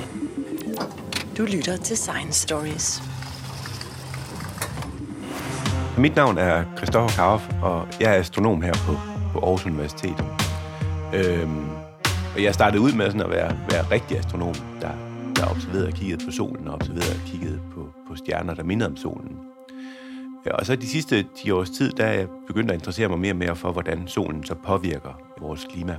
Du lytter til Science Stories. Mit navn er Christoffer Karoff, og jeg er astronom her på Aarhus Universitet. Og jeg startede ud med sådan at være rigtig astronom, der observerede og kiggede på solen, og observerede og kiggede på stjerner, der mindede om solen. Og så de sidste 10 års tid, der er jeg begyndt at interessere mig mere og mere for, hvordan solen så påvirker vores klima.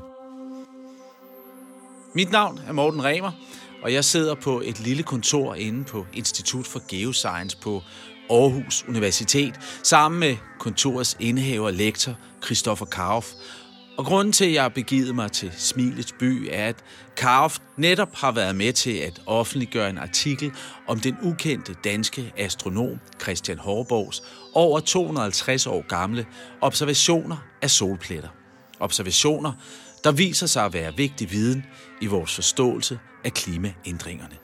Mit navn er Morten Remer, og jeg sidder på et lille kontor inde på Institut for Geoscience på Aarhus Universitet, sammen med kontorets indehaver og lektor Christoffer Karoff. Og grunden til, at jeg har begivet mig til Smilets by, er, at Karoff netop har været med til at offentliggøre en artikel om den ukendte danske astronom Christian Hourbous over 250 år gamle observationer af solpletter. Observationer, der viser sig at være vigtig viden i vores forståelse af klimaændringerne.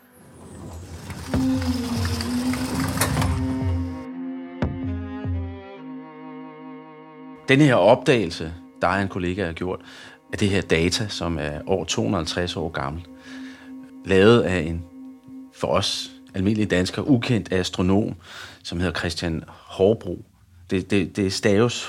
Denne her opdagelse, der er en kollega har gjort, af det her data, som er over 250 år gammel, lavet af en for os almindelige danskere ukendt astronom, som hedder Christian Hourbous. Det staves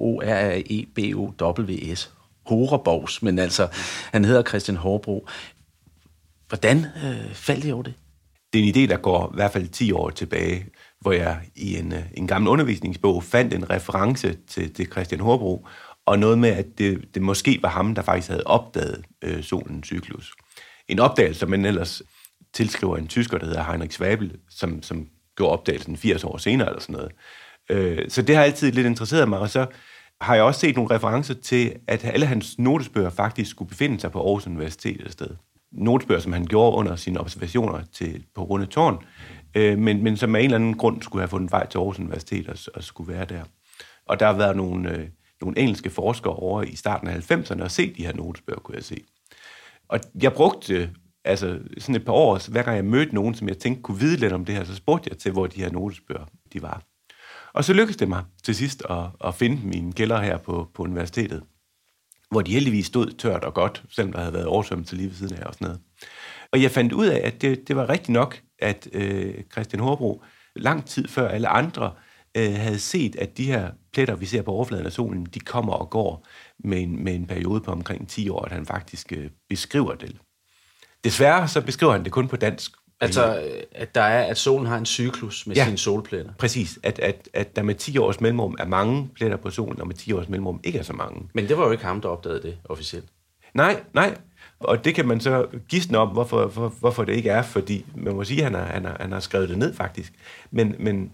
H-O-R-R-E-B-O-W-S. Hourbous, men altså, han hedder Christian Hourbous. Hvordan faldt I over det? Det er en idé, der går i hvert fald 10 år tilbage, hvor jeg i en gammel undervisningsbog fandt en reference til Christian Hourbous, og noget med, at det måske var ham, der faktisk havde opdaget solens cyklus. En opdagelse, som man ellers tilskriver en tysker, der hedder Heinrich Schwabel, som gjorde opdagelsen 80 år senere eller sådan noget. Så det har altid lidt interesseret mig, og så har jeg også set nogle referencer til, at alle hans notesbøger faktisk skulle befinde sig på Aarhus Universitet et sted. Notesbøger, som han gjorde under sine observationer på Rundetårn, men som af en eller anden grund skulle have fundet vej til Aarhus Universitet og skulle være der. Og der har været nogle engelske forskere over i starten af 90'erne og set de her notesbøger, kunne jeg se. Og jeg brugte sådan et par år, hver gang jeg mødte nogen, som jeg tænkte kunne vide lidt om det her, så spurgte jeg til, hvor de her notesbøger de var. Og så lykkedes det mig til sidst at finde dem i en kælder her på universitetet, hvor de heldigvis stod tørt og godt, selvom der havde været oversvømmelse lige ved siden af og sådan noget. Og jeg fandt ud af, at det var rigtigt nok, at Christian Hourbous lang tid før alle andre havde set, at de her pletter, vi ser på overfladen af solen, de kommer og går med en periode på omkring 10 år, at han faktisk beskriver det. Desværre så beskriver han det kun på dansk. Altså, at solen har en cyklus med sine solpletter. Præcis, at der med 10 års mellemrum er mange pletter på solen, og med 10 års mellemrum ikke er så mange. Men det var jo ikke ham, der opdagede det officielt. Nej. Og det kan man så gisne om, hvorfor det ikke er, fordi man må sige, at han har skrevet det ned faktisk. Men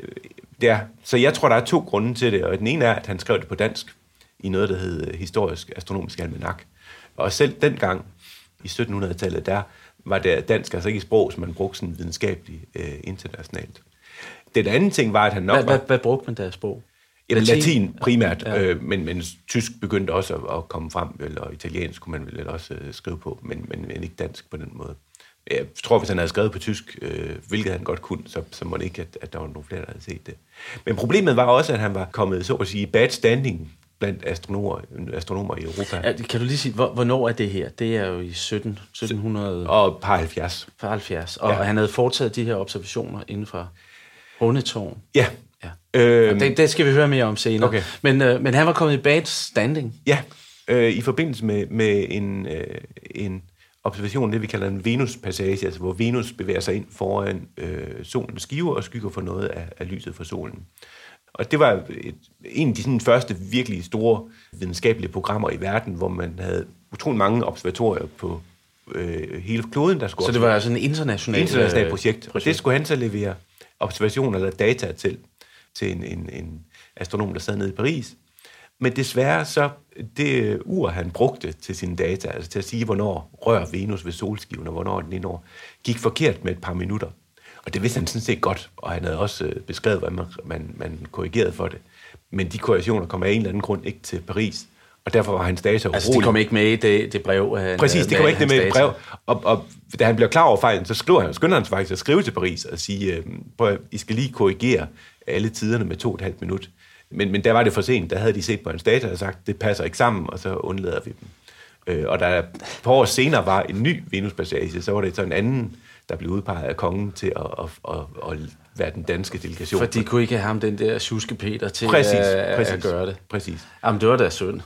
så jeg tror, der er 2 grunde til det, og den ene er, at han skrev det på dansk i noget, der hed Historisk Astronomisk Almanak. Og selv dengang i 1700-tallet, der var det dansk altså ikke et sprog, som man brugte sådan videnskabeligt internationalt. Den anden ting var, at han nok Hvad brugte man der sprog? Latin primært, ja. Men tysk begyndte også at komme frem, eller italiensk kunne man vel også skrive på, men ikke dansk på den måde. Jeg tror, hvis han havde skrevet på tysk, hvilket han godt kunne, så må det ikke, at der var nogle flere, der havde set det. Men problemet var også, at han var kommet, så at sige, bad standing blandt astronomer i Europa. Ja, kan du lige sige, hvornår er det her? Det er jo i 1700... Og par 70. Par 70. Og han havde foretaget de her observationer inden for Rundetårn. Ja. Det skal vi høre mere om senere. Okay. Men han var kommet i bad standing. Ja, i forbindelse med en observation, det vi kalder en Venus-passage, altså hvor Venus bevæger sig ind foran solens skive og skygger for noget af lyset fra solen. Og det var en af de sådan, første virkelig store videnskabelige programmer i verden, hvor man havde utrolig mange observatorier på hele kloden. Der skulle så det var altså en internationalt projekt. Og det skulle han så levere observationer eller data til en astronom, der sad nede i Paris. Men desværre så det ur, han brugte til sine data, altså til at sige, hvornår rører Venus ved solskiven, og hvornår den indår, gik forkert med et par minutter. Og det vidste han sådan set godt, og han havde også beskrevet, hvordan man korrigerede for det. Men de korrektioner kom af en eller anden grund ikke til Paris, og derfor var hans data urolig. Altså, de kom ikke med i det brev? Præcis, de kom ikke med i det brev. Og da han blev klar over fejlen, så skynder han faktisk at skrive til Paris og sige, I skal lige korrigere alle tiderne med 2,5 minut. Men der var det for sent, der havde de set på hans data og sagt, det passer ikke sammen, og så undlader vi dem. Og der et par år senere var en ny Venuspassage, så var det så en anden, der blev udpeget af kongen til at være den danske delegation. For de kunne ikke have ham, den der Sjuske Peter, til at gøre det. Præcis. Jamen, det var da synd.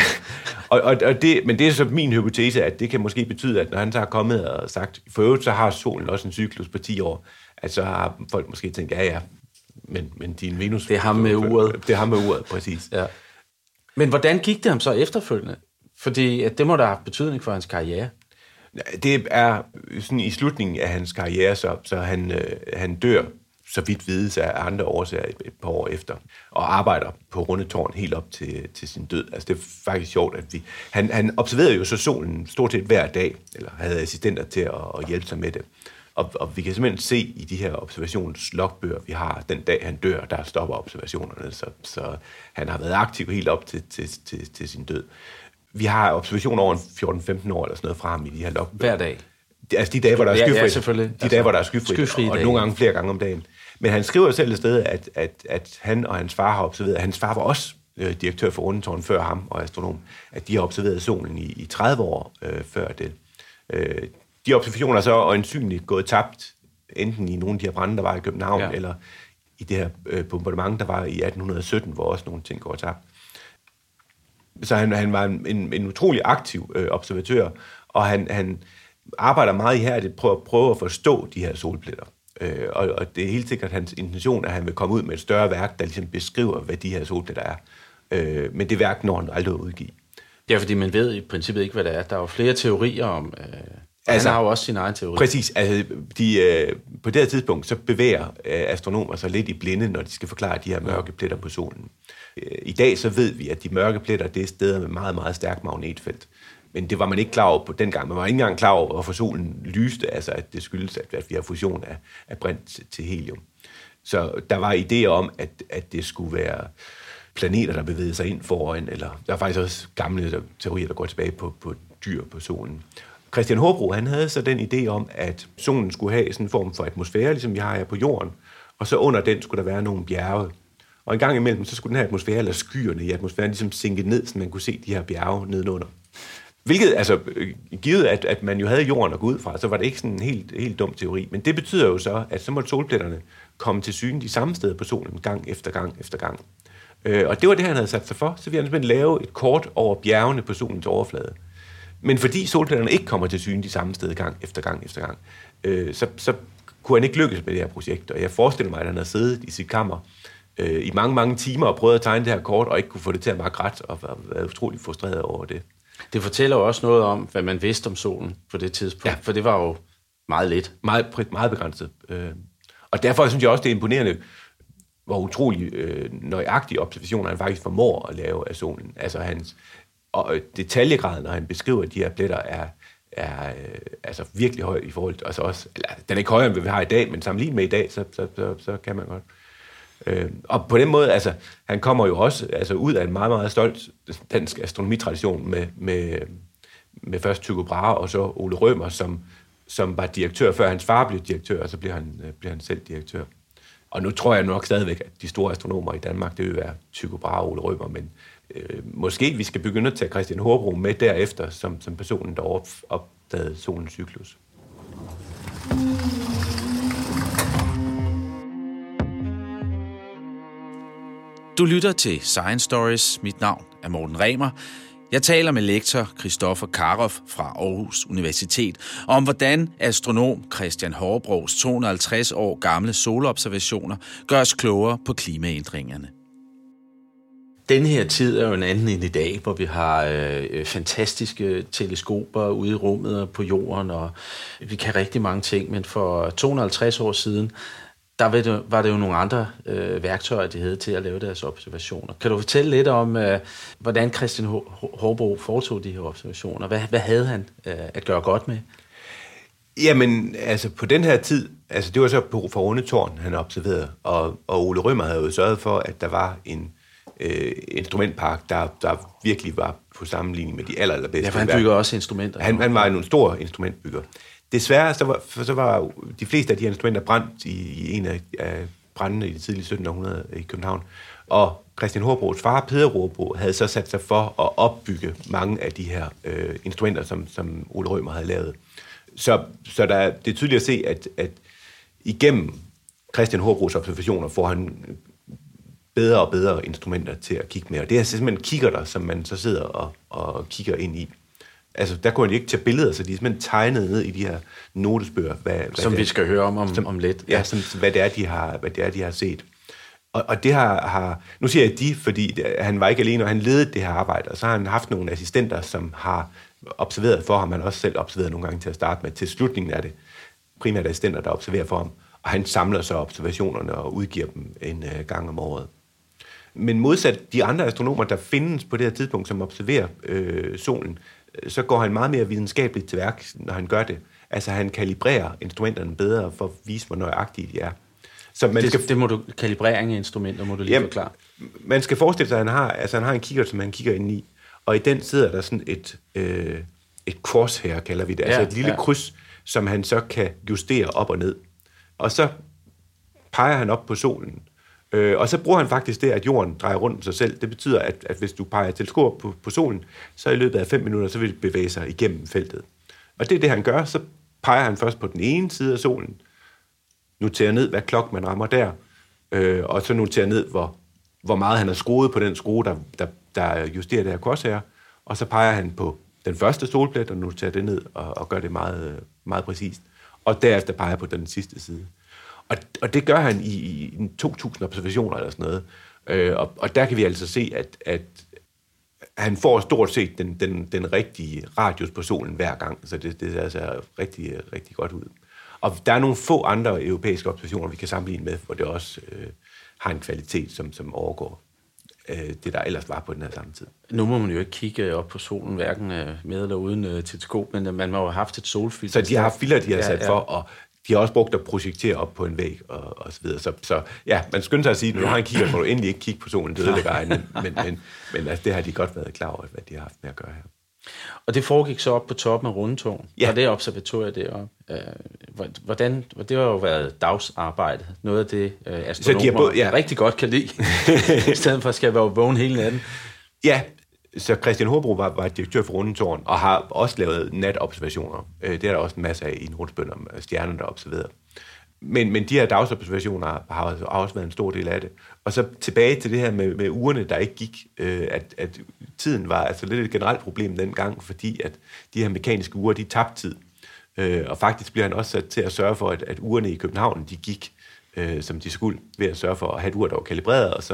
Men det er så min hypotese, at det kan måske betyde, at når han så har kommet og sagt, for øvrigt så har solen også en cyklus på 10 år, at så har folk måske tænkt, ja, men din Venus... Det er ham med uret. Det er ham med uret, præcis. Ja. Men hvordan gik det ham så efterfølgende? Fordi at det må da have betydning for hans karriere. Det er sådan i slutningen af hans karriere, så han dør, så vidt vides af andre årsager et par år efter, og arbejder på Rundetårn helt op til sin død. Altså det er faktisk sjovt, at han observerede jo så solen stort set hver dag, eller havde assistenter til at hjælpe sig med det. Og vi kan simpelthen se i de her observationslogbøger, vi har den dag, han dør, der stopper observationerne, så han har været aktiv helt op til sin død. Vi har observationer over 14-15 år eller sådan noget fra ham i de her logbøger. Hver dag? Altså de dage, hvor der er skyfrit. Ja, selvfølgelig. De dage, hvor der er skyfrit, og nogle gange flere gange om dagen. Men han skriver selv et sted, at han og hans far har observeret, at hans far var også direktør for Rundetårn før ham og astronom, at de har observeret solen i 30 år før det. De observationer er så øjensynligt gået tabt, enten i nogle af de her brande, der var i København, eller i det her bombardement, der var i 1817, hvor også nogle ting går tabt. Så han var en utrolig aktiv observatør, og han arbejder meget ihærdigt på at prøve at forstå de her solpletter. Og det er helt sikkert hans intention, at han vil komme ud med et større værk, der ligesom beskriver, hvad de her solpletter er. Men det værk når han aldrig at udgive. Ja, fordi man ved i princippet ikke, hvad det er. Der er jo flere teorier om... Han har jo også sin egen teori. Præcis. Altså, på det her tidspunkt, så bevæger astronomer sig lidt i blinde, når de skal forklare de her mørke pletter på solen. I dag så ved vi, at de mørke pletter, det er steder med meget, meget stærkt magnetfelt. Men det var man ikke klar over på dengang. Man var ikke engang klar over, hvorfor solen lyste, altså at det skyldes, at vi har fusion af brint til helium. Så der var idéer om, at det skulle være planeter, der bevægede sig ind foran, eller der er faktisk også gamle teorier, der går tilbage på dyr på solen. Christian Hobro, han havde så den idé om, at solen skulle have sådan en form for atmosfære, ligesom vi har her på jorden, og så under den skulle der være nogle bjerge. Og en gang imellem, så skulle den her atmosfære, eller skyerne i atmosfæren, ligesom sænke ned, så man kunne se de her bjerge nedenunder. Hvilket, altså, givet at man jo havde jorden at gå ud fra, så var det ikke sådan en helt dum teori. Men det betyder jo så, at så måtte solpletterne komme til syne de samme steder på solen, gang efter gang efter gang. Og det var det, han havde sat sig for. Så ville han simpelthen lave et kort over bjergene på solens overflade. Men fordi solpletterne ikke kommer til syne de samme steder gang efter gang efter gang, så kunne han ikke lykkes med det her projekt. Og jeg forestiller mig, at han havde siddet i sit kammer i mange, mange timer og prøvet at tegne det her kort, og ikke kunne få det til at mærke ret, og været utrolig frustreret over det. Det fortæller jo også noget om, hvad man vidste om solen på det tidspunkt, ja. For det var jo meget lidt. Meget begrænset. Og derfor synes jeg også, det er imponerende, hvor utrolig nøjagtige observationer han faktisk formår at lave af solen. Altså hans detaljegraden, når han beskriver de her pletter, er altså virkelig høj i forhold til, altså også, den er ikke højere, end vi har i dag, men sammenlignet med i dag, så kan man godt. Og på den måde, altså, han kommer jo også altså, ud af en meget, meget stolt dansk astronomitradition med først Tycho Brahe og så Ole Rømer, som var direktør, før hans far blev direktør, og så bliver han selv direktør. Og nu tror jeg nok stadigvæk, at de store astronomer i Danmark, det vil være Tycho Brahe og Ole Rømer, men måske vi skal begynde at tage Christian Hobro med derefter, som personen, der opdagede solens cyklus. Du lytter til Science Stories. Mit navn er Morten Remer. Jeg taler med lektor Christoffer Karoff fra Aarhus Universitet om, hvordan astronom Christian Hobros 250 år gamle solobservationer gør os klogere på klimaændringerne. Den her tid er jo en anden end i dag, hvor vi har fantastiske teleskoper ude i rummet og på jorden, og vi kan rigtig mange ting, men for 250 år siden, der var det jo nogle andre værktøjer, de havde til at lave deres observationer. Kan du fortælle lidt om, hvordan Christian Hobro foretog de her observationer? Hvad havde han at gøre godt med? Jamen, altså på den her tid, altså det var så på Rundetårn, han observerede, og Ole Rømer havde jo sørget for, at der var en instrumentpark, der virkelig var på sammenligning med de allerbedste. Ja, for han bygger også instrumenter. Han var en stor instrumentbygger. Desværre så var de fleste af de her instrumenter brændt i en af brændene i det tidlige 1700 i København. Og Christian Hobros far, Peder Hobro, havde så sat sig for at opbygge mange af de her instrumenter, som Ole Rømer havde lavet. Så det er tydeligt at se, at igennem Christian Hobros observationer får han bedre og bedre instrumenter til at kigge med. Og det er simpelthen kikkerter, som man så sidder og kigger ind i. Altså, der kunne han ikke tage billeder, så de er simpelthen tegnet ned i de her notesbøger. Som vi skal høre om lidt. Ja, hvad det er, de har set. Og det har... Nu siger jeg de, fordi han var ikke alene, og han ledede det her arbejde, og så har han haft nogle assistenter, som har observeret for ham. Han har også selv observeret nogle gange til at starte med. Til slutningen er det primært assistenter, der observerer for ham. Og han samler så observationerne og udgiver dem en gang om året. Men modsat de andre astronomer, der findes på det her tidspunkt, som observerer solen, så går han meget mere videnskabeligt til værk, når han gør det. Altså, han kalibrerer instrumenterne bedre for at vise, hvor nøjagtige de er. Så det må du... Kalibrering af instrumenter må du lige forklare. Man skal forestille sig, at han har en kikkert, som han kigger ind i, og i den sidder der sådan et crosshair, kalder vi det. Altså et lille kryds, som han så kan justere op og ned. Og så peger han op på solen. Og så bruger han faktisk det, at jorden drejer rundt om sig selv. Det betyder, at hvis du peger teleskop på solen, så i løbet af 5 minutter, så vil det bevæge sig igennem feltet. Og det er det, han gør. Så peger han først på den ene side af solen, noterer ned, hvad klok man rammer der, og så noterer ned, hvor meget han har skruet på den skrue, der justerer det her crosshair, og så peger han på den første solplet, og noterer det ned, og gør det meget, meget præcist. Og derefter peger på den sidste side. Og det gør han i 2.000 observationer eller sådan noget. Og der kan vi altså se, at han får stort set den rigtige radius på solen hver gang. Så det er altså rigtig, rigtig godt ud. Og der er nogle få andre europæiske observationer, vi kan sammenligne med, hvor det også har en kvalitet, som overgår det, der ellers var på den her samme tid. Nu må man jo ikke kigge op på solen, hverken med eller uden teleskop, men man må jo have haft et solfilter. Så de har haft filter, de har sat for, og de har også brugt at projektere op på en væg og så videre. Så ja, man skynder sig at sige, at når du har en kigger, må du endelig ikke kigge på solen, det ødelægger egen, men altså, det har de godt været klar over, hvad de har haft med at gøre her. Og det foregik så op på toppen af Rundetårn, og det observatoriet deroppe. Hvordan, det har jo været dagsarbejde, noget af det astronomer rigtig godt kan lide, i stedet for at skal være vågen hele natten. Ja, så Christian Hobro var direktør for Rundetårn, og har også lavet natobservationer. Det er der også en masse af i Nordensbøn om stjerner, der er observeret. Men de her dagsobservationer har også været en stor del af det. Og så tilbage til det her med ugerne, der ikke gik, at tiden var altså lidt et generelt problem dengang, fordi at de her mekaniske uger, de tabte tid. Og faktisk bliver han også sat til at sørge for, at ugerne i København, de gik, som de skulle, ved at sørge for at have et ur, der var kalibreret, og så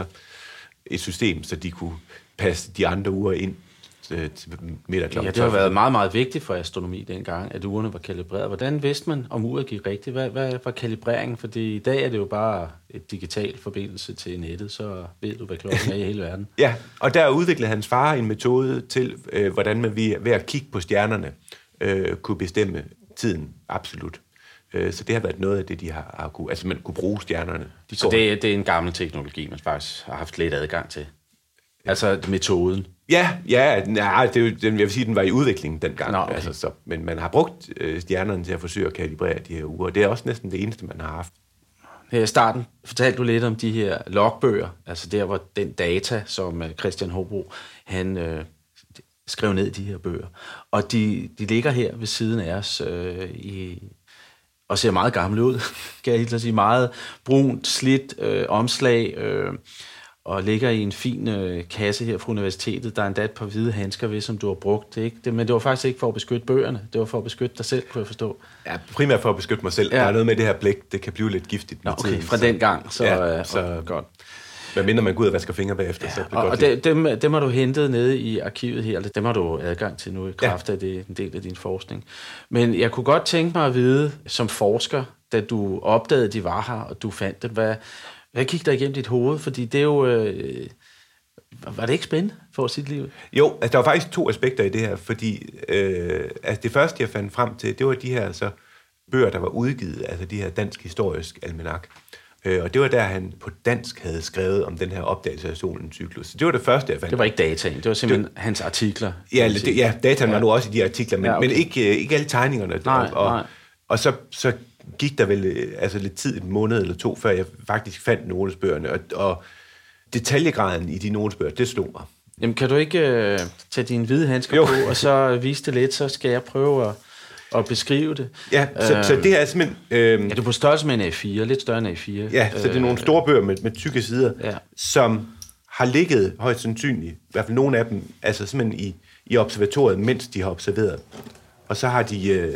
et system, så de kunne passe de andre uger ind til middag klokken. Ja, det har været meget, meget vigtigt for astronomi dengang, at ugerne var kalibreret. Hvordan vidste man, om uret gik rigtigt? Hvad var kalibreringen? Fordi i dag er det jo bare et digital forbindelse til nettet, så ved du, hvad klokken er i hele verden. Ja, og der udviklede hans far en metode til, hvordan man ved at kigge på stjernerne kunne bestemme tiden absolut. Så det har været noget af det, de har kunne... Altså, man kunne bruge stjernerne. Så det er en gammel teknologi, man faktisk har haft lidt adgang til? Altså metoden? Ja, det er jo, jeg vil sige, den var i udvikling dengang. Nå, okay. Altså, men man har brugt stjernerne til at forsøge at kalibrere de her uger. Det er også næsten det eneste, man har haft. Her i starten fortalte du lidt om de her logbøger, altså der, hvor den data, som Christian Hobro, han skrev ned i de her bøger. Og de ligger her ved siden af os og ser meget gamle ud, kan jeg helt sige. Meget brunt, slidt omslag, og ligger i en fin kasse her fra universitetet. Der er endda et par hvide handsker ved, som du har brugt. Ikke? Men det var faktisk ikke for at beskytte bøgerne. Det var for at beskytte dig selv, kunne jeg forstå. Ja, primært for at beskytte mig selv. Ja. Der er noget med det her blæk, det kan blive lidt giftigt med tiden. Fra den gang, så godt. Hvad mindre man går ud og vasker fingre bagefter, så det godt. Og dem har du hentet nede i arkivet her. Dem har du adgang til nu i kraft af det en del af din forskning. Men jeg kunne godt tænke mig at vide, som forsker, da du opdagede, de var her, og du fandt dem, hvad gik der igennem dit hoved? Fordi det er jo... var det ikke spændende for sit liv? Jo, altså der var faktisk 2 aspekter i det her, fordi altså det første, jeg fandt frem til, det var de her så bøger, der var udgivet, altså de her dansk historisk almanak. Og det var der, han på dansk havde skrevet om den her opdagelse af solens cyklus. Så det var det første, jeg fandt. Det var ikke dataen, det var simpelthen hans artikler. Ja, dataen var nu også i de artikler, men ikke alle tegningerne. Nej. Og så gik der vel altså lidt tid, en måned eller 2, før jeg faktisk fandt notesbøgerne. Og detaljegraden i de notesbøger, det slog mig. Jamen, kan du ikke tage dine hvide handsker på, og så vise det lidt, så skal jeg prøve at beskrive det. Ja, så det er simpelthen... er du på størrelse med en A4, lidt større end A4? Ja, så det er nogle store bøger med tykke sider, som har ligget højst sandsynligt, i hvert fald nogle af dem, altså simpelthen i observatoriet, mens de har observeret. Og så har de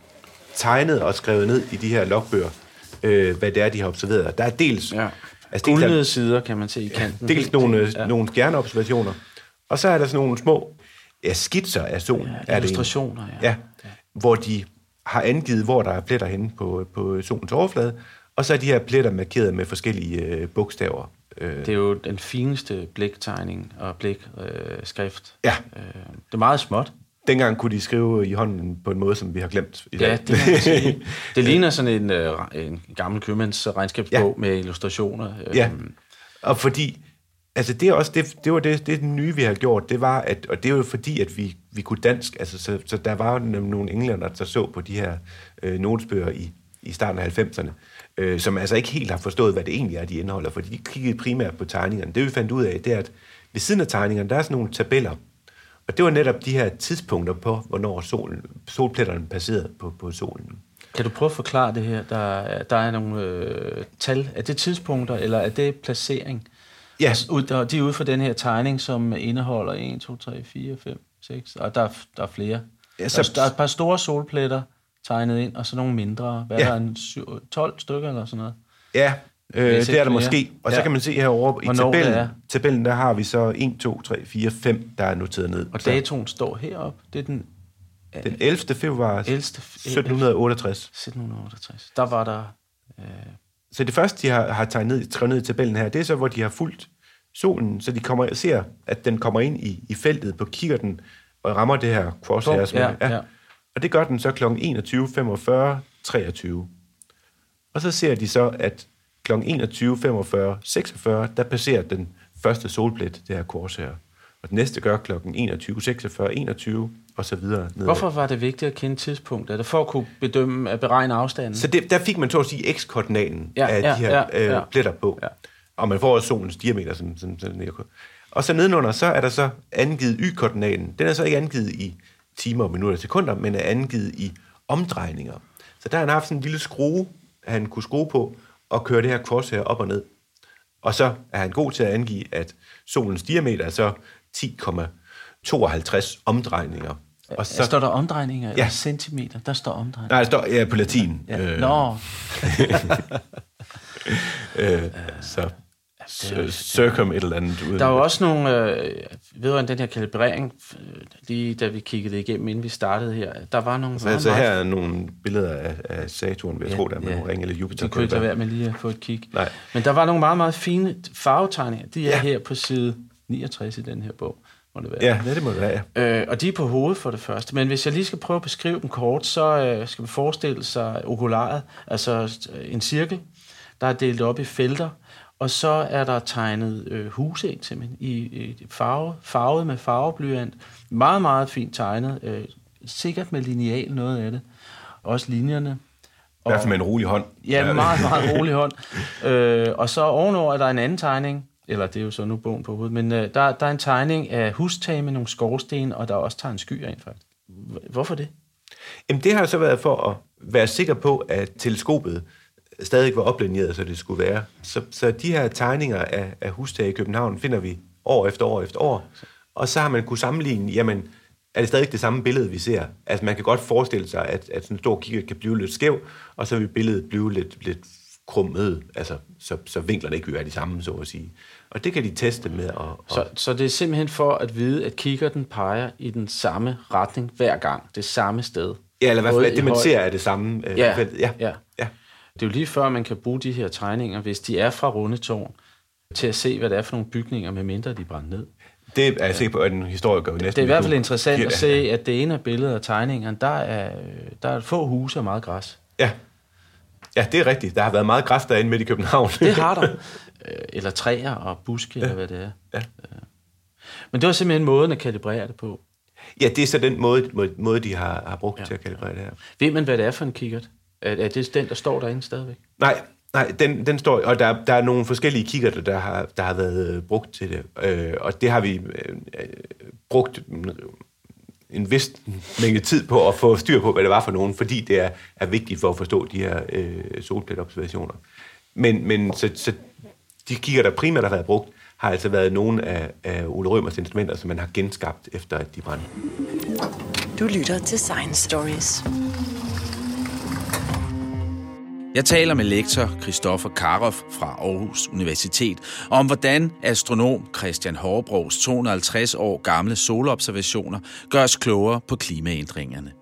tegnet og skrevet ned i de her logbøger, hvad det er, de har observeret. Der er dels... Ja. Altså, guldnede sider, kan man se i kanten. Dels nogle stjerneobservationer, og så er der sådan nogle små skitser af solen. Ja, illustrationer, ja. Hvor de har angivet, hvor der er pletter henne på solens overflade, og så er de her pletter markeret med forskellige bogstaver. Det er jo den fineste blæktegning og blækskrift. Ja. Det er meget småt. Dengang kunne de skrive i hånden på en måde, som vi har glemt i dag. Ja, det kan man sige. Det ligner sådan en gammel købmands regnskabsbog med illustrationer. Ja, og fordi, altså det er også det var det nye, vi har gjort, det var, og det er jo fordi, at vi kunne dansk, altså så der var nogle englænder, der så på de her notesbøger i starten af 90'erne, som altså ikke helt har forstået, hvad det egentlig er, de indeholder, fordi de kiggede primært på tegningerne. Det vi fandt ud af, det er, at ved siden af tegningerne, der er sådan nogle tabeller, og det var netop de her tidspunkter på, hvornår solpletterne passerede på solen. Kan du prøve at forklare det her? Der er nogle tal. Er det tidspunkter, eller er det placering? Ja. Altså, de er ude for den her tegning, som indeholder 1, 2, 3, 4, 5, 6, og der er flere. Ja, der er et par store solpletter tegnet ind, og så nogle mindre. Hvad er der, 12 stykker eller sådan noget? Ja, det er der måske. Og så kan man se herovre i tabellen, der har vi så 1, 2, 3, 4, 5, der er noteret ned. Og datoen står heroppe. Det er den 11. februar 1768. 1768. Der var der... Så det første, de har skrevet ned i tabellen her, det er så, hvor de har fulgt solen, så de ser, at den kommer ind i feltet på kikkerten, og rammer det her crosshair. Ja. Og det gør den så kl. 21.45, 23. Og så ser de så, at kl. 21.45, 46, der passerer den første solplet, det her crosshair. Og den næste gør kl. 21.46, 21, og så videre. Nedad. Hvorfor var det vigtigt at kende tidspunktet? Er det for at kunne beregne afstanden? Så der fik man så at sige x-koordinaten af de her pletter på. Ja. Og man får også solens diameter. Og så nedenunder, så er der så angivet y-koordinaten. Den er så ikke angivet i timer, minutter og sekunder, men er angivet i omdrejninger. Så der har han haft sådan en lille skrue, han kunne skrue på, og køre det her crosshair op og ned. Og så er han god til at angive, at solens diameter er så 10,52 omdrejninger. Og så står der omdrejninger eller centimeter? Der står omdrejninger. Nej, der står på latin. Nå. Så circum et eller andet. Der er jo også nogle, vedrørende den her kalibrering, lige da vi kiggede det igennem, inden vi startede her, der var nogle... Så her er nogle billeder af Saturn, vil jeg tro, der med nogle ringe eller Jupiter. Det kunne ikke lade være med lige at få et kig. Nej. Men der var nogle meget, meget fine farvetegninger. De er her på side 69 i den her bog. Må det være. Ja, det må det være. Og de er på hovedet for det første. Men hvis jeg lige skal prøve at beskrive dem kort, så skal vi forestille sig okularet, altså en cirkel, der er delt op i felter, og så er der tegnet husæg simpelthen i farvet med farveblyant. Meget, meget fint tegnet. Sikkert med lineal noget af det. Også linjerne. I hvert fald med en rolig hånd. Ja, meget, meget rolig hånd. Og så ovenover er der en anden tegning, eller det er jo så nu bogen på hovedet, men der er en tegning af hustage med nogle skorsten, og der er også tegnet skyer ind faktisk. Hvorfor det? Jamen det har så været for at være sikker på, at teleskopet stadig var oplinjeret, så det skulle være. Så de her tegninger af hustage i København finder vi år efter år efter år. Og så har man kunne sammenligne, jamen, er det stadig det samme billede, vi ser? Altså man kan godt forestille sig, at sådan en stor kikkert kan blive lidt skæv, og så vil billedet blive lidt krummet, altså så vinklerne ikke vil være de samme, så at sige. Og det kan de teste med. Så det er simpelthen for at vide, at kikkerten peger i den samme retning hver gang, det samme sted. Ja, eller i hvert fald, at det man ser er det samme. Ja. Det er jo lige før, man kan bruge de her tegninger, hvis de er fra Rundetårn, til at se, hvad det er for nogle bygninger, medmindre de brænder ned. Det er jeg sikker på, at en historiker næsten... Det er i hvert fald interessant at se, at det ene af billeder af tegningerne, der er få huse og meget græs. Ja, det er rigtigt. Der har været meget græs derinde midt i København. Det har der. Eller træer og buske, eller hvad det er. Ja. Men det var simpelthen måden at kalibrere det på. Ja, det er så den måde de har brugt til at kalibrere det her. Ved man, hvad det er for en kikkert? Er det den, der står derinde stadigvæk? Nej, Nej, den står, og der er nogle forskellige kikkerter, der har været brugt til det, og det har vi brugt en vis mængde tid på at få styr på, hvad det var for nogen, fordi det er vigtigt for at forstå de her solpletobservationer. Men så de kikkerter, der primært har været brugt, har altså været nogle af Ole Rømers instrumenter, som man har genskabt efter, at de brændte. Du lytter til Science Stories. Jeg taler med lektor Christoffer Karoff fra Aarhus Universitet om, hvordan astronom Christian Harbrougs 250 år gamle solobservationer gør os klogere på klimaændringerne.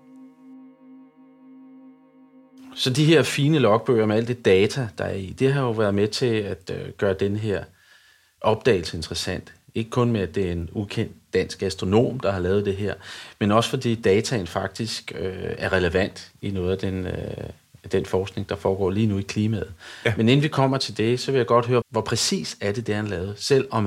Så de her fine logbøger med alt det data, der er i, det har jo været med til at gøre den her opdagelse interessant. Ikke kun med, at det er en ukendt dansk astronom, der har lavet det her, men også fordi dataen faktisk er relevant i noget af den forskning, der foregår lige nu i klimaet. Ja. Men inden vi kommer til det, så vil jeg godt høre, hvor præcis er det han lavede, selv om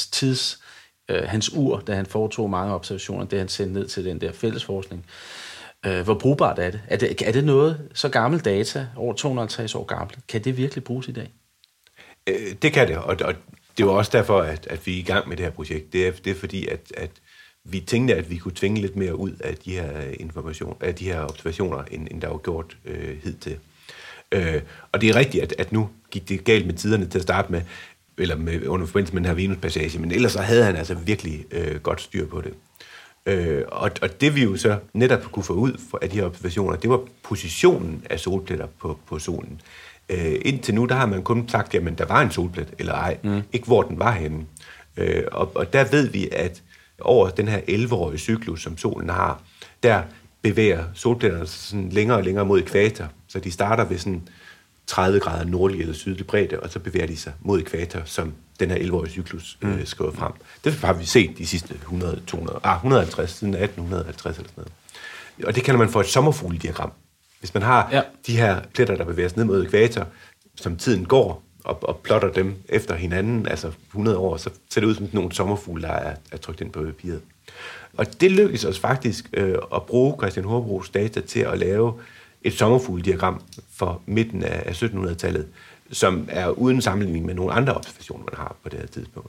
hans ur, da han foretog mange observationer, det han sendte ned til den der fællesforskning. Hvor brugbart er det? Er det noget så gammel data, over 250 år gammelt? Kan det virkelig bruges i dag? Det kan det, og det er jo også derfor, at vi er i gang med det her projekt. Det er fordi, at vi tænkte, at vi kunne tvinge lidt mere ud af de her af de her observationer, end der var gjort hidtil. Og det er rigtigt, at nu gik det galt med tiderne til at starte med, eller under forbindelse med den her Venus-passage, men ellers så havde han altså virkelig godt styr på det. Og det vi jo så netop kunne få ud af de her observationer, det var positionen af solpletter på solen. Indtil nu, der har man kun sagt, jamen der var en solplet, eller ej, ikke hvor den var henne. Og der ved vi, at over den her 11-årige cyklus, som solen har, der bevæger solpletterne sådan længere og længere mod ækvator. Så de starter ved sådan 30 grader nordlig eller sydlig bredde, og så bevæger de sig mod ækvator, som den her 11-årige cyklus skriver frem. Det har vi set de sidste 150, siden 1850 eller sådan noget. Og det kalder man for et sommerfuglediagram. Hvis man har de her pletter, der bevæger sig ned mod ækvator, som tiden går, og plotter dem efter hinanden, altså 100 år, så ser det ud som nogle sommerfugle, der er trykt ind på papiret. Og det lykkedes os faktisk at bruge Christian Harbrougs data til at lave et sommerfuglediagram for midten af 1700-tallet, som er uden sammenligning med nogle andre observationer, man har på det her tidspunkt.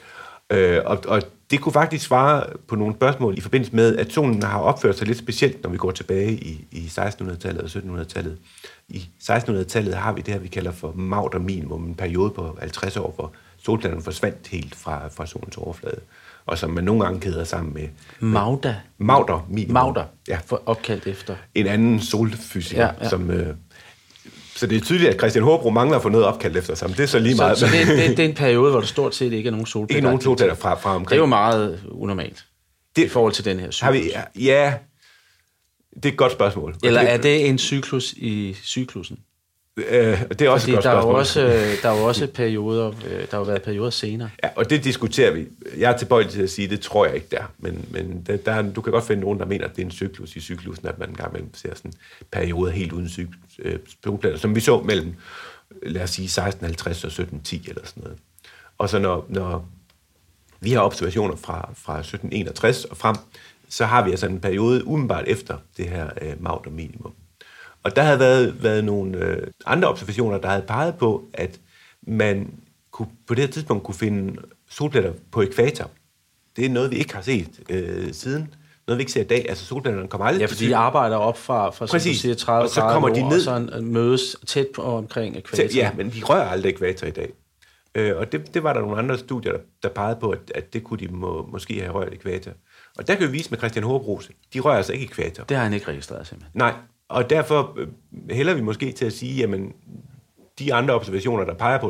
Og det kunne faktisk svare på nogle spørgsmål i forbindelse med, at solen har opført sig lidt specielt, når vi går tilbage i 1600-tallet og 1700-tallet. I 1600-tallet har vi det her, vi kalder for Maunder-minimum, en periode på 50 år, hvor solpletterne forsvandt helt fra solens overflade, og som man nogle gange kæder sammen med Maunder-minimum. Maunder, ja. For opkaldt efter en anden solfysiker, som... Så det er tydeligt, at Christian Harbroug mangler at få noget opkaldt efter sig. Det er så lige meget. Så det er en periode, hvor der stort set ikke er nogen solpletter. Ikke nogen solpletter fra omkring. Det er jo meget unormalt i forhold til den her cyklus. Ja, det er et godt spørgsmål. Eller er det en cyklus i cyklusen? Det er også et godt spørgsmål. Der er jo også perioder, der har været perioder senere. Ja, og det diskuterer vi. Jeg er tilbøjelig til at sige, det tror jeg ikke der. Men du kan godt finde nogen, der mener, at det er en cyklus i cyklusen, at man en gang imellem ser sådan perioder helt uden solpletter, som vi så mellem, lad os sige, 1650 og 1710 eller sådan noget. Og så når vi har observationer fra 1761 og frem, så har vi altså en periode umiddelbart efter det her Maunder-minimum. Og der havde været nogle andre observationer, der havde peget på, at man på det her tidspunkt kunne finde solpletter på ækvator. Det er noget, vi ikke har set siden. Noget, vi ikke ser i dag. Altså solpletterne kommer aldrig til. Ja, for de arbejder op fra som du siger, 30 og så kommer de ned, og så mødes tæt på omkring ækvator. Ja, men de rører aldrig ækvator i dag. Og det var der nogle andre studier, der pegede på, at det kunne de måske have rørt ækvator. Og der kan vi vise med Christian Harbroug, de rører altså ikke ækvator. Det har han ikke registreret simpelthen. Nej. Og derfor hælder vi måske til at sige, jamen, de andre observationer, der peger på,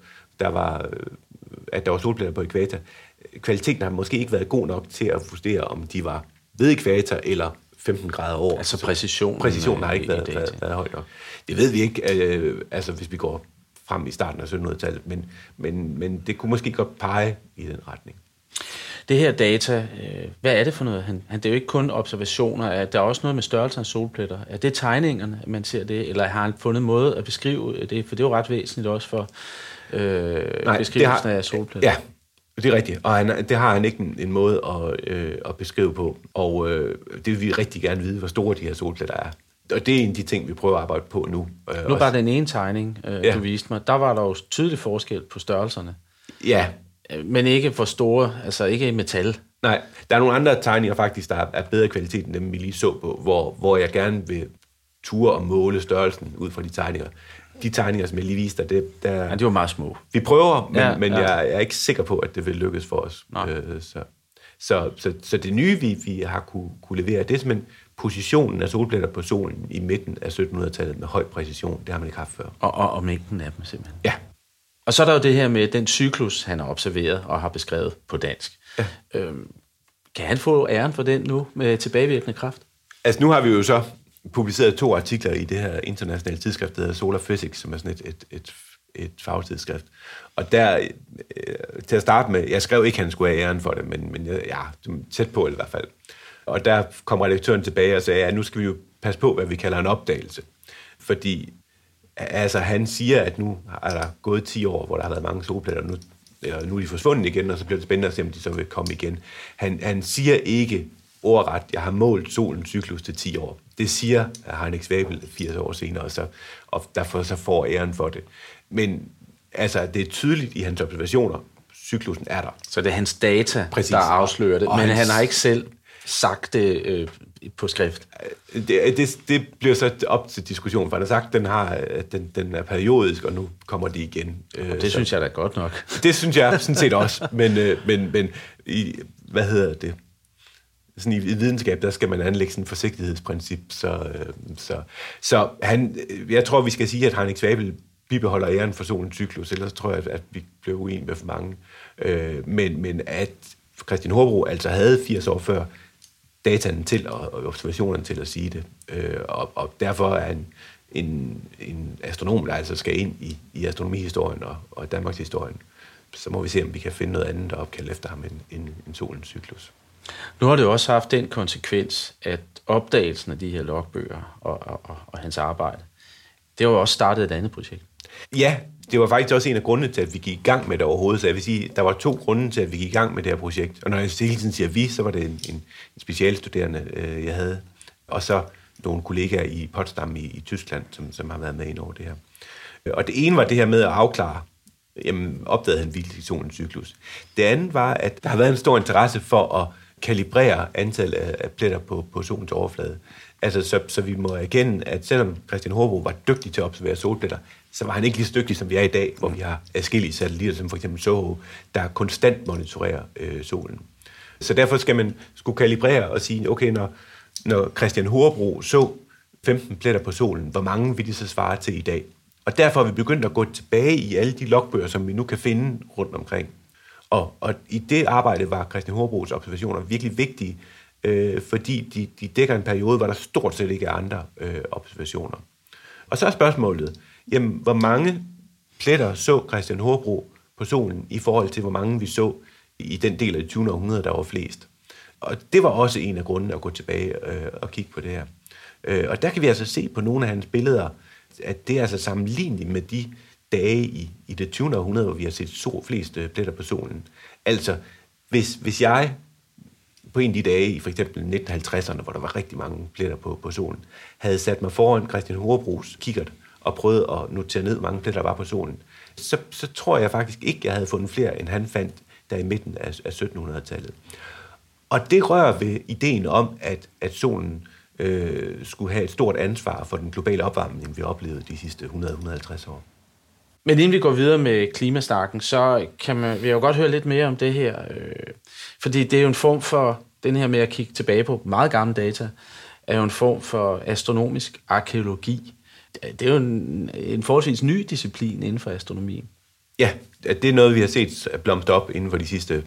at der var solpletter på ækvator, kvaliteten har måske ikke været god nok til at vurdere, om de var ved ækvator eller 15 grader over. Altså præcisionen. Præcisionen har ikke været høj nok. Det ved vi ikke, hvis vi går frem i starten af 1700-tallet, men det kunne måske godt pege i den retning. Det her data, hvad er det for noget? Det er jo ikke kun observationer, der er også noget med størrelsen af solpletter. Er det tegningerne, man ser det, eller har han fundet en måde at beskrive det? For det er jo ret væsentligt også for beskrivelsen af solpletter. Ja, det er rigtigt. Og det har han ikke en måde at beskrive på. Og det vil vi rigtig gerne vide, hvor store de her solpletter er. Og det er en af de ting, vi prøver at arbejde på nu. Nu var den ene tegning, du viste mig. Der var der jo tydelig forskel på størrelserne. Ja. Men ikke for store, altså ikke i metal. Nej, der er nogle andre tegninger faktisk, der er bedre kvalitet end dem, vi lige så på, hvor jeg gerne vil ture og måle størrelsen ud fra de tegninger. De tegninger, som jeg lige viste dig, ja, de var meget små. Vi prøver, men jeg er ikke sikker på, at det vil lykkes for os. Så det nye, vi har kunne levere, det er simpelthen positionen af solpletter på solen i midten af 1700-tallet med høj præcision. Det har man ikke haft før. Og mængden af dem simpelthen. Ja. Og så er der jo det her med den cyklus, han har observeret og har beskrevet på dansk. Ja. Kan han få æren for den nu med tilbagevirkende kraft? Altså nu har vi jo så publiceret 2 artikler i det her internationale tidsskrift, der hedder Solar Physics, som er sådan et fagtidsskrift. Og der, til at starte med, jeg skrev ikke, at han skulle have æren for det, men tæt på i hvert fald. Og der kom redaktøren tilbage og sagde, at nu skal vi jo passe på, hvad vi kalder en opdagelse. Fordi altså, han siger, at nu er der gået 10 år, hvor der har været mange solpletter, nu er de forsvundet igen, og så bliver det spændende at se, om de så vil komme igen. Han siger ikke ordret, jeg har målt solens cyklus til 10 år. Det siger Heinrich Svæbel 80 år senere, og derfor så får æren for det. Men altså, det er tydeligt i hans observationer, cyklusen er der. Så det er hans data, præcis, der afslører det, men han har ikke selv sagt det på skrift. Det bliver så op til diskussion, for han har sagt, at den er periodisk, og nu kommer de igen. Det synes jeg da godt nok. Det synes jeg sådan set også, men hvad hedder det? Sådan i videnskab, der skal man anlægge sådan et forsigtighedsprincip, så jeg tror, vi skal sige, at Heinrich Svæbel bibeholder æren for solens cyklus, ellers tror jeg, at vi bliver uenige med for mange. Men at Christian Hourbro altså havde 80 år før dataen til og observationerne til at sige det, og derfor er en astronom, der altså skal ind i astronomihistorien og Danmarks historien, så må vi se, om vi kan finde noget andet, der opkalder efter ham end solens cyklus. Nu har det også haft den konsekvens, at opdagelsen af de her logbøger og hans arbejde, det har jo også startet et andet projekt. Ja, det var faktisk også en af grundene til, at vi gik i gang med det overhovedet. Så jeg vil sige, der var 2 grunde til, at vi gik i gang med det her projekt. Og når jeg hele tiden siger vi, så var det en specialstuderende, jeg havde. Og så nogle kollegaer i Potsdam i Tyskland, som har været med ind over det her. Og det ene var det her med at afklare, opdagede han virkelig solens cyklus. Det andet var, at der har været en stor interesse for at kalibrere antallet af pletter på solens overflade. Altså, så vi må erkende, at selvom Christian Hourbro var dygtig til at observere solpletter, så var han ikke lige så dygtig, som vi er i dag, hvor vi har adskillige satellitter, som for eksempel SOHO, der konstant monitorerer solen. Så derfor skal man skulle kalibrere og sige, okay, når Christian Hourbro så 15 pletter på solen, hvor mange vil de så svare til i dag? Og derfor har vi begyndt at gå tilbage i alle de logbøger, som vi nu kan finde rundt omkring. Og i det arbejde var Christian Hourbros observationer virkelig vigtige, fordi de dækker en periode, hvor der stort set ikke er andre observationer. Og så er spørgsmålet, jamen, hvor mange pletter så Christian Hourbro på solen i forhold til, hvor mange vi så i den del af det 20. århundrede, der var flest. Og det var også en af grundene at gå tilbage og kigge på det her. Og der kan vi altså se på nogle af hans billeder, at det er altså sammenligneligt med de dage i det 20. århundrede, hvor vi har set flest pletter på solen. Altså, hvis jeg på en af de dage i for eksempel 1950'erne, hvor der var rigtig mange pletter på solen, havde sat mig foran Christian Hourbros kikkert og prøvet at notere ned, hvor mange pletter der var på solen, så tror jeg faktisk ikke, jeg havde fundet flere, end han fandt der i midten af 1700-tallet. Og det rører ved ideen om, at solen skulle have et stort ansvar for den globale opvarmning, vi oplevede de sidste 100-150 år. Men inden vi går videre med klimasnakken, så vil jeg jo godt høre lidt mere om det her. Fordi det er jo en form for, den her med at kigge tilbage på meget gamle data, er jo en form for astronomisk arkæologi. Det er jo en forholdsvis ny disciplin inden for astronomien. Ja, det er noget, vi har set blomstre op inden for de sidste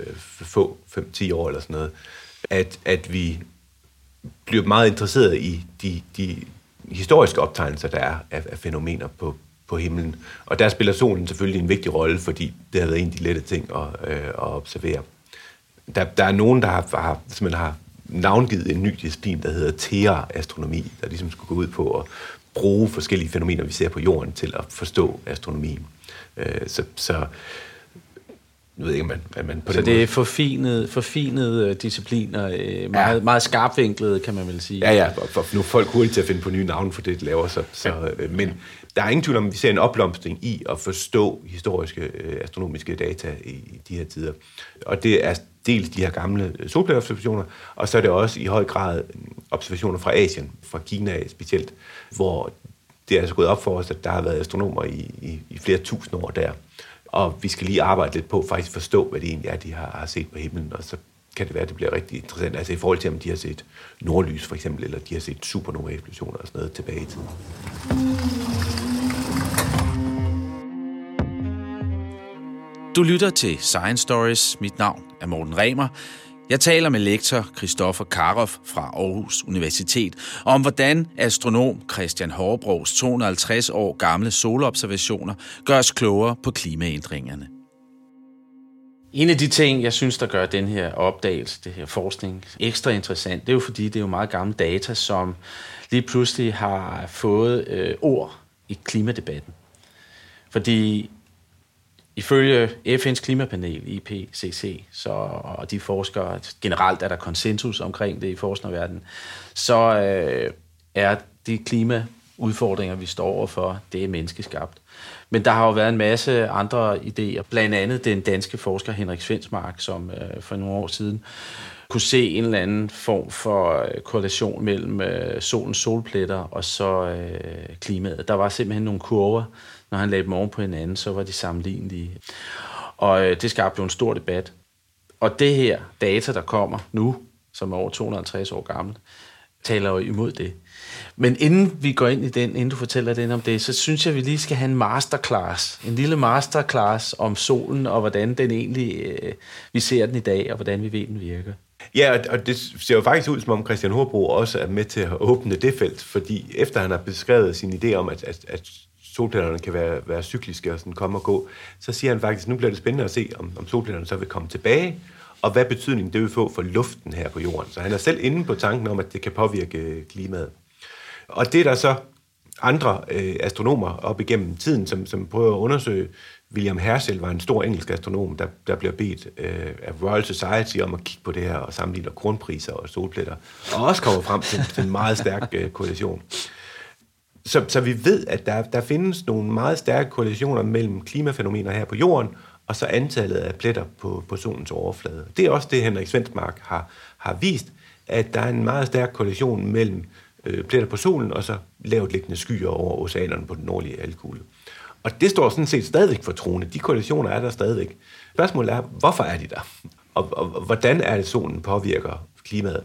5-10 år eller sådan noget. At vi bliver meget interesseret i de historiske optegnelser, der er af fænomener på himlen. Og der spiller solen selvfølgelig en vigtig rolle, fordi det har været en af de lette ting at observere. Der er nogen, der har navngivet en ny disciplin, der hedder Theia-astronomi, der ligesom skulle gå ud på at bruge forskellige fænomener, vi ser på jorden, til at forstå astronomien. Så Nu ved jeg ikke, om man på så den det måde... er forfinede discipliner, meget skarpvinklede, kan man vel sige. Ja, for nu er folk hurtigt til at finde på nye navne for det, de laver. Men der er ingen tvivl om, at vi ser en opblomstring i at forstå historiske astronomiske data i de her tider. Og det er dels de her gamle solpladeobservationer, og så er det også i høj grad observationer fra Asien, fra Kina specielt, hvor det er altså gået op for os, at der har været astronomer i flere tusind år der. Og vi skal lige arbejde lidt på faktisk forstå, hvad det egentlig er, de har set på himlen, og så kan det være, at det bliver rigtig interessant. Altså i forhold til, om de har set nordlys for eksempel, eller de har set supernova-eksplosioner og sådan noget tilbage i tiden. Du lytter til Science Stories. Mit navn er Morten Remer. Jeg taler med lektor Christoffer Karoff fra Aarhus Universitet om, hvordan astronom Christian Harbrougs 250 år gamle solobservationer gør os klogere på klimaændringerne. En af de ting, jeg synes, der gør den her opdagelse, det her forskning, ekstra interessant, det er jo fordi, det er jo meget gamle data, som lige pludselig har fået ord i klimadebatten. Fordi ifølge FN's klimapanel, IPCC, og de forskere, generelt er der konsensus omkring det i forskerverdenen, så er de klimaudfordringer, vi står overfor, det er menneskeskabt. Men der har jo været en masse andre idéer, blandt andet den danske forsker Henrik Svensmark, som for nogle år siden kunne se en eller anden form for korrelation mellem solens solpletter og så klimaet. Der var simpelthen nogle kurver. Når han lagde dem oven på hinanden, så var de sammenlignelige. Og det skabte jo en stor debat. Og det her data, der kommer nu, som er over 250 år gammel, taler jo imod det. Men inden vi går ind i den, inden du fortæller den om det, så synes jeg, at vi lige skal have en masterclass. En lille masterclass om solen, og hvordan den egentlig, vi ser den i dag, og hvordan vi ved, den virker. Ja, og det ser jo faktisk ud, som om Christian Harbroug også er med til at åbne det felt, fordi efter han har beskrevet sin idé om, at solpletterne kan være cykliske og sådan komme og gå, så siger han faktisk, at nu bliver det spændende at se, om solpletterne så vil komme tilbage, og hvad betydning det vil få for luften her på jorden. Så han er selv inde på tanken om, at det kan påvirke klimaet. Og det er der så andre astronomer op igennem tiden, som prøver at undersøge. William Herschel var en stor engelsk astronom, der bliver bedt af Royal Society om at kigge på det her og sammenligne kronpriser og solpletter, og også kommer frem til en meget stærk korrelation. Så vi ved, at der findes nogle meget stærke korrelationer mellem klimafænomener her på jorden, og så antallet af pletter på solens overflade. Det er også det, Henrik Svensmark har vist, at der er en meget stærk korrelation mellem pletter på solen, og så lavt liggende skyer over oceanerne på den nordlige halvkugle. Og det står sådan set stadigvæk for troende. De korrelationer er der stadigvæk. Spørgsmålet er, hvorfor er de der? Og hvordan er det, solen påvirker klimaet?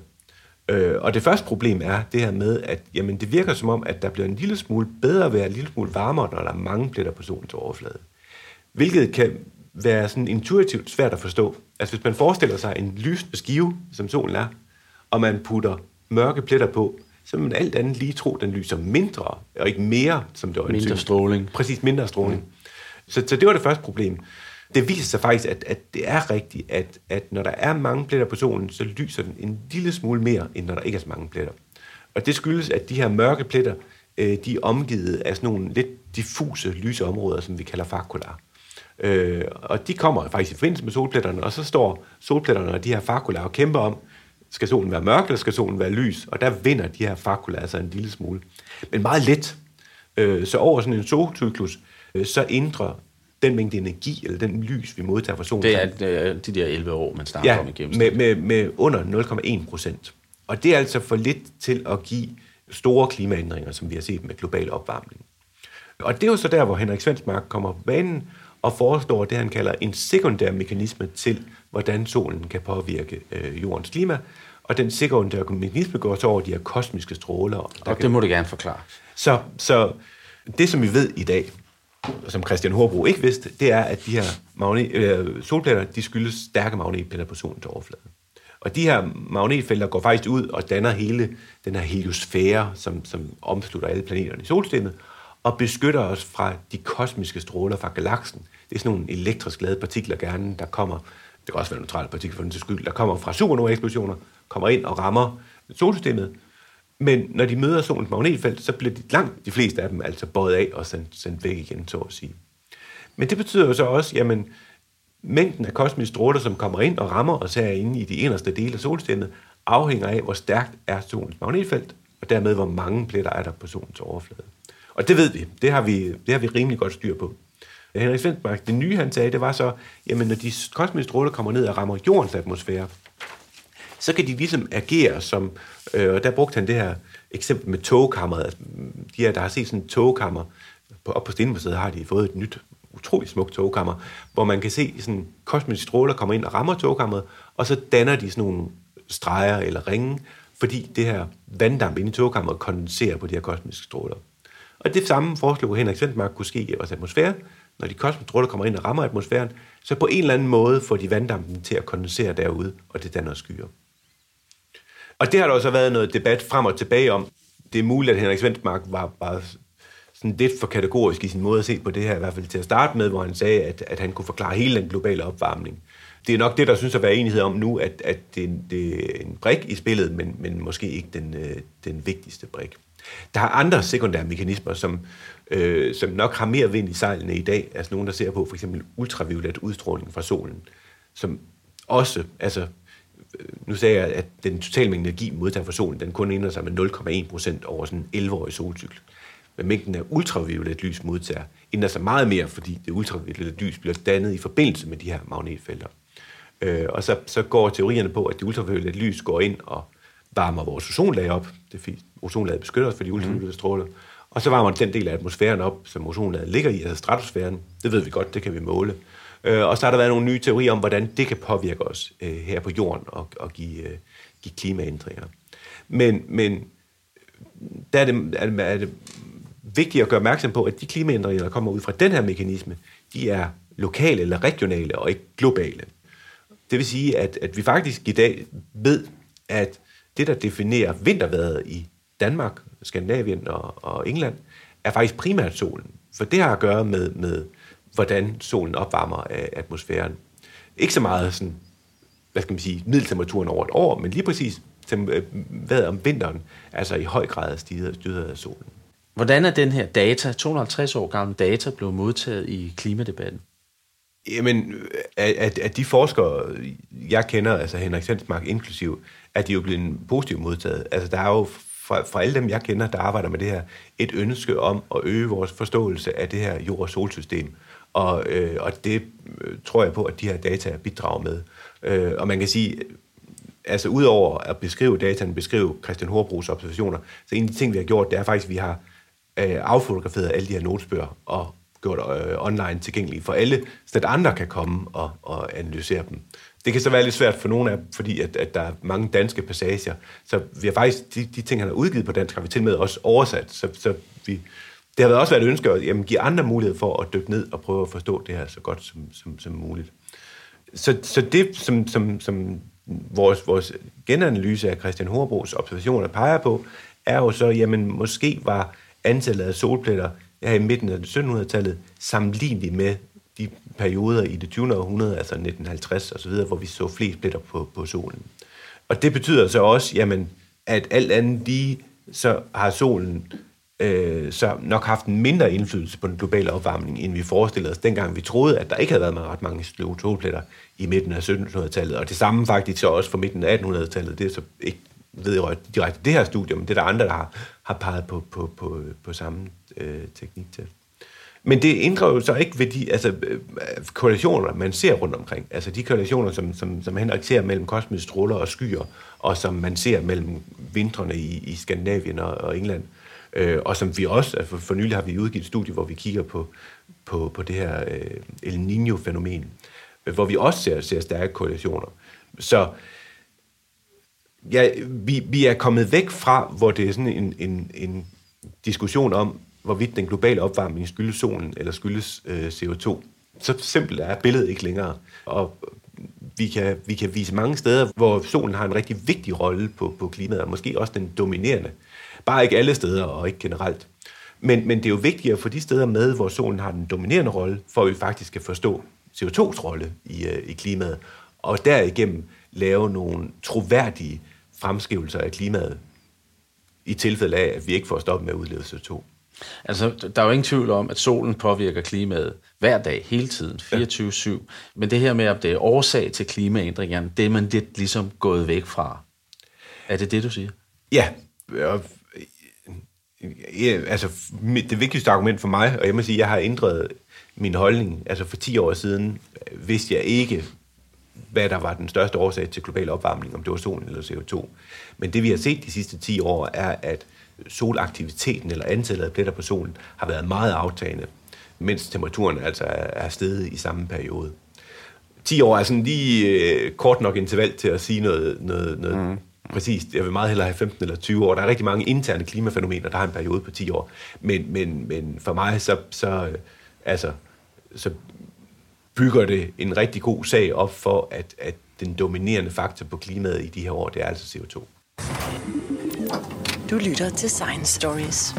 Og det første problem er det her med, at jamen, det virker som om, at der bliver en lille smule bedre vejr, en lille smule varmere, når der er mange pletter på solens overflade. Hvilket kan være sådan intuitivt svært at forstå. Altså hvis man forestiller sig en lysende skive, som solen er, og man putter mørke pletter på, så vil man alt andet lige tro, den lyser mindre, og ikke mere, som det var. Mindre stråling. Præcis, mindre stråling. Så det var det første problem. Det viser sig faktisk, at det er rigtigt, at når der er mange pletter på solen, så lyser den en lille smule mere, end når der ikke er så mange pletter. Og det skyldes, at de her mørke pletter, de er omgivet af sådan nogle lidt diffuse lyseområder, som vi kalder fakulaer. Og de kommer faktisk i forbindelse med solpletterne, og så står solpletterne og de her fakulaer og kæmper om, skal solen være mørk, eller skal solen være lys? Og der vinder de her fakulaer altså en lille smule. Men meget let. Så over sådan en solcyklus, så ændrer den mængde energi, eller den lys, vi modtager fra solen. Det er de der 11 år, man snakker om i gennemsnit. med under 0,1%. Og det er altså for lidt til at give store klimaændringer, som vi har set med global opvarmning. Og det er jo så der, hvor Henrik Svensmark kommer på banen og foreslår det, han kalder en sekundær mekanisme til, hvordan solen kan påvirke jordens klima. Og den sekundære mekanisme går så over de her kosmiske stråler. Og det må du gerne forklare. Så det, som vi ved i dag, som Christian Harbroug ikke vidste, det er, at de her solpletter, de skyldes stærke magnetfelter på solens overflade. Og de her magnetfelter går faktisk ud og danner hele den her heliosfære, som omslutter alle planeterne i solsystemet, og beskytter os fra de kosmiske stråler fra galaksen. Det er sådan nogle elektrisk ladede partikler gerne, der kommer, det kan også være neutrale partikler for den til skyld, der kommer fra supernova-eksplosioner, kommer ind og rammer solsystemet. Men når de møder solens magnetfelt, så bliver langt de fleste af dem altså bøjet af og sendt væk igen, så at sige. Men det betyder jo så også, jamen, Mængden af kosmiske stråler, som kommer ind og rammer os herinde i de inderste dele af solsystemet, afhænger af, hvor stærkt er solens magnetfelt, og dermed hvor mange pletter er der på solens overflade. Og det ved vi. Det har vi rimelig godt styr på. Henrik Svensmark, det nye han sagde, det var så, jamen når de kosmiske stråler kommer ned og rammer jordens atmosfære, så kan de ligesom agere som, og der brugte han det her eksempel med togkammeret. Altså, de her, der har set sådan et togkammer, op på Stenmuseet har de fået et nyt, utroligt smukt togkammer, hvor man kan se sådan kosmiske stråler kommer ind og rammer togkammeret, og så danner de sådan nogle streger eller ringe, fordi det her vanddamp inde i togkammeret kondenserer på de her kosmiske stråler. Og det samme foreslog Henrik Svensmark kunne ske i vores atmosfære. Når de kosmiske stråler kommer ind og rammer atmosfæren, så på en eller anden måde får de vanddampen til at kondensere derude, og det danner skyer. Og det har der også været noget debat frem og tilbage om. Det er muligt, at Henrik Svensmark var sådan lidt for kategorisk i sin måde at se på det her, i hvert fald til at starte med, hvor han sagde, at han kunne forklare hele den globale opvarmning. Det er nok det, der synes at være enighed om nu, at det er en brik i spillet, men måske ikke den vigtigste brik. Der er andre sekundære mekanismer, som nok har mere vind i sejlene i dag, altså nogen, der ser på for eksempel ultraviolet udstråling fra solen, som også, altså nu sagde jeg, at den totale mængde energi modtaget fra solen, den kun ændrer sig med 0,1% over sådan en 11-årig solcykel. Men mængden af ultraviolet lys modtager ændrer sig meget mere, fordi det ultraviolet lys bliver dannet i forbindelse med de her magnetfelter. Og så går teorierne på, at det ultraviolet lys går ind og varmer vores ozonlag op. Det er fint. Ozonlaget beskytter os for de ultraviolette stråler. Og så varmer den del af atmosfæren op, som ozonlaget ligger i, altså stratosfæren. Det ved vi godt, det kan vi måle. Og så har der været nogle nye teorier om, hvordan det kan påvirke os her på jorden og give klimaændringer. Men der er det vigtigt at gøre opmærksom på, at de klimaændringer, der kommer ud fra den her mekanisme, de er lokale eller regionale og ikke globale. Det vil sige, at vi faktisk i dag ved, at det, der definerer vintervejret i Danmark, Skandinavien og England, er faktisk primært solen. For det har at gøre med hvordan solen opvarmer atmosfæren. Ikke så meget sådan, hvad skal man sige, middeltemperaturen over et år, men lige præcis vejret om vinteren, altså i høj grad styret af solen. Hvordan er den her data, 250 år gamle data, blevet modtaget i klimadebatten? Jamen, at de forskere, jeg kender, altså Henrik Svensmark inklusiv, at de jo blevet positivt modtaget. Altså, der er jo fra alle dem, jeg kender, der arbejder med det her, et ønske om at øge vores forståelse af det her jord- og solsystem. Og det tror jeg på, at de her data bidrager med. Og man kan sige, altså udover at beskrive dataen, beskrive Christian Hobros observationer, så en af de ting, vi har gjort, det er faktisk, at vi har affotograferet alle de her notesbøger og gjort online tilgængelige for alle, så at andre kan komme og analysere dem. Det kan så være lidt svært for nogle af dem, fordi at der er mange danske passager. Så vi har faktisk, de ting, han har udgivet på dansk, har vi til med også oversat. Så det har også været et ønske at give andre mulighed for at dykke ned og prøve at forstå det her så godt som muligt. Så det, som vores genanalyse af Christian Hobros observationer peger på, er jo så, jamen måske var antallet af solpletter her i midten af 1700-tallet sammenligneligt med de perioder i det 20. århundrede, altså 1950 osv., hvor vi så flest pletter på solen. Og det betyder så også, jamen, at alt andet lige, så har solen så nok haft en mindre indflydelse på den globale opvarmning, end vi forestillede os dengang vi troede, at der ikke havde været ret mange solpletter i midten af 1700-tallet. Og det samme faktisk så også for midten af 1800-tallet. Det er så ikke vedrørt direkte det her studie, men det er der andre, der har peget på samme teknik til. Men det ændrer jo så ikke ved de korrelationer, man ser rundt omkring. Altså de korrelationer, som Henrik ser mellem kosmiske stråler og skyer, og som man ser mellem vintrene i Skandinavien og England. Og som vi også, altså for nylig har vi udgivet et studie, hvor vi kigger på det her El Niño-fænomen, hvor vi også ser stærke korrelationer. Så ja, vi er kommet væk fra, hvor det er sådan en diskussion om, hvorvidt den globale opvarmning skyldes solen eller skyldes CO2. Så simpelt er billedet ikke længere. Og vi kan vise mange steder, hvor solen har en rigtig vigtig rolle på klimaet, og måske også den dominerende. Bare ikke alle steder, og ikke generelt. Men det er jo vigtigt at få de steder med, hvor solen har den dominerende rolle, for at vi faktisk kan forstå CO2's rolle i klimaet, og derigennem lave nogle troværdige fremskrivelser af klimaet, i tilfælde af, at vi ikke får stoppet med at udlede CO2. Altså, der er jo ingen tvivl om, at solen påvirker klimaet hver dag, hele tiden, 24/7. Men det her med, at det er årsag til klimaændringerne, det er man lidt ligesom gået væk fra. Er det det, du siger? Ja, altså det vigtigste argument for mig, og jeg må sige, at jeg har ændret min holdning. Altså for 10 år siden vidste jeg ikke, hvad der var den største årsag til global opvarmning, om det var solen eller CO2. Men det vi har set de sidste 10 år, er, at solaktiviteten eller antallet af pletter på solen har været meget aftagende, mens temperaturen altså er steget i samme periode. 10 år er sådan lige kort nok interval til at sige noget præcist. Jeg vil meget hellere have 15 eller 20 år. Der er rigtig mange interne klimafænomener, der har en periode på 10 år. Men for mig, så bygger det en rigtig god sag op for, at den dominerende faktor på klimaet i de her år, det er altså CO2. Du lytter til Science Stories.